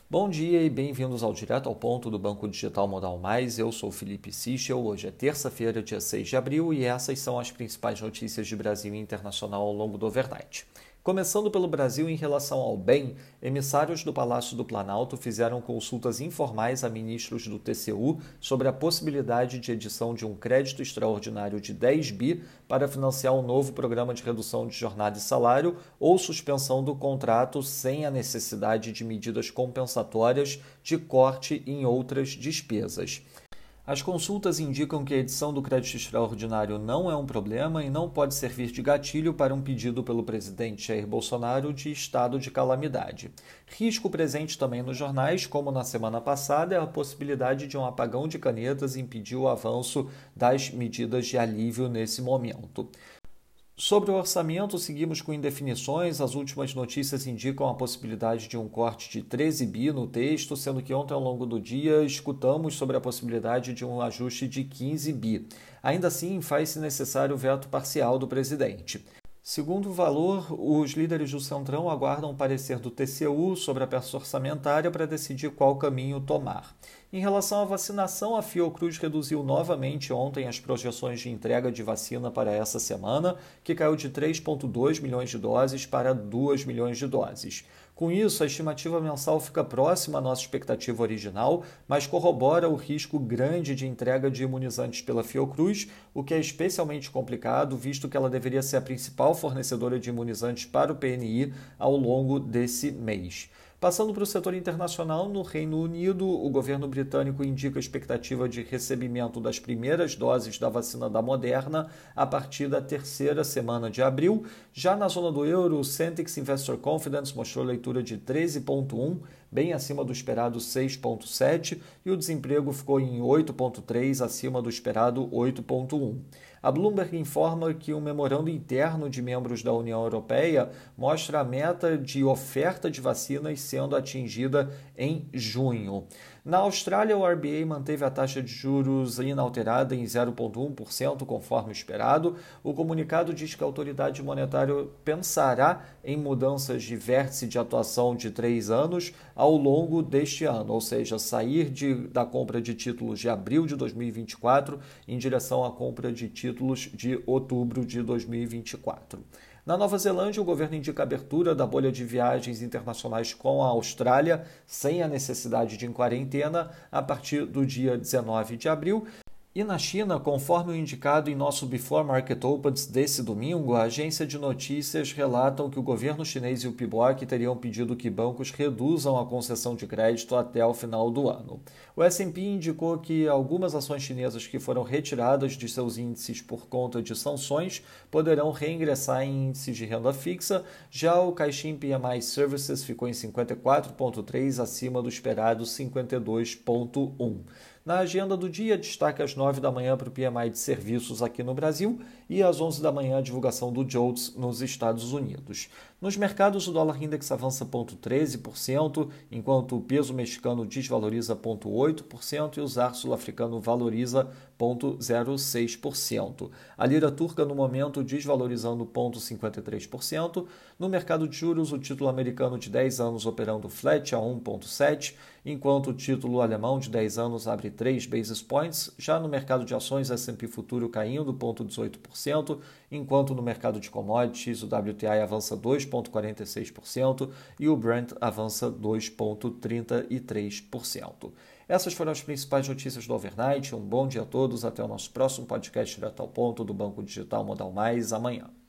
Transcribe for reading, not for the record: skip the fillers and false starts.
Bom dia e bem-vindos ao Direto ao Ponto do Banco Digital Modal Mais. Eu sou Felipe Sichel. Hoje é terça-feira, dia 6 de abril, e essas são as principais notícias de Brasil e internacional ao longo do overnight. Começando pelo Brasil, em relação ao bem, emissários do Palácio do Planalto fizeram consultas informais a ministros do TCU sobre a possibilidade de edição de um crédito extraordinário de 10 bi para financiar um novo programa de redução de jornada e salário ou suspensão do contrato sem a necessidade de medidas compensatórias de corte em outras despesas. As consultas indicam que a edição do crédito extraordinário não é um problema e não pode servir de gatilho para um pedido pelo presidente Jair Bolsonaro de estado de calamidade. Risco presente também nos jornais, como na semana passada, é a possibilidade de um apagão de canetas impedir o avanço das medidas de alívio nesse momento. Sobre o orçamento, seguimos com indefinições. As últimas notícias indicam a possibilidade de um corte de 13 bi no texto, sendo que ontem, ao longo do dia, escutamos sobre a possibilidade de um ajuste de 15 bi. Ainda assim, faz-se necessário o veto parcial do presidente. Segundo o Valor, os líderes do Centrão aguardam o parecer do TCU sobre a peça orçamentária para decidir qual caminho tomar. Em relação à vacinação, a Fiocruz reduziu novamente ontem as projeções de entrega de vacina para essa semana, que caiu de 3,2 milhões de doses para 2 milhões de doses. Com isso, a estimativa mensal fica próxima à nossa expectativa original, mas corrobora o risco grande de entrega de imunizantes pela Fiocruz, o que é especialmente complicado, visto que ela deveria ser a principal fornecedora de imunizantes para o PNI ao longo desse mês. Passando para o setor internacional, no Reino Unido, o governo britânico indica a expectativa de recebimento das primeiras doses da vacina da Moderna a partir da terceira semana de abril. Já na zona do euro, o Centix Investor Confidence mostrou leitura de 13,1, bem acima do esperado 6,7, e o desemprego ficou em 8,3, acima do esperado 8,1. A Bloomberg informa que um memorando interno de membros da União Europeia mostra a meta de oferta de vacinas sendo atingida em junho. Na Austrália, o RBA manteve a taxa de juros inalterada em 0,1%, conforme esperado. O comunicado diz que a autoridade monetária pensará em mudanças de vértice de atuação de 3 anos ao longo deste ano, ou seja, sair da compra de títulos de abril de 2024 em direção à compra de títulos de outubro de 2024. Na Nova Zelândia, o governo indica a abertura da bolha de viagens internacionais com a Austrália, sem a necessidade de quarentena, a partir do dia 19 de abril. E na China, conforme o indicado em nosso Before Market Opens desse domingo, a agência de notícias relatam que o governo chinês e o PBOC teriam pedido que bancos reduzam a concessão de crédito até o final do ano. O S&P indicou que algumas ações chinesas que foram retiradas de seus índices por conta de sanções poderão reingressar em índices de renda fixa. Já o Caixin PMI Services ficou em 54,3, acima do esperado 52,1. Na agenda do dia, destaque às 9 da manhã para o PMI de serviços aqui no Brasil e às 11 da manhã a divulgação do JOLTS nos Estados Unidos. Nos mercados, o dólar index avança 0,13%, enquanto o peso mexicano desvaloriza 0,8% e o ZAR sul-africano valoriza 0,06%. A lira turca, no momento, desvalorizando 0,53%. No mercado de juros, o título americano de 10 anos operando flat a 1,7%, enquanto o título alemão de 10 anos abre 3 basis points. Já no mercado de ações, S&P Futuro caindo 0,18%, enquanto no mercado de commodities, o WTI avança 2,46% e o Brent avança 2,33%. Essas foram as principais notícias do overnight. Um bom dia a todos. Até o nosso próximo podcast Direto ao Ponto do Banco Digital Modal Mais amanhã.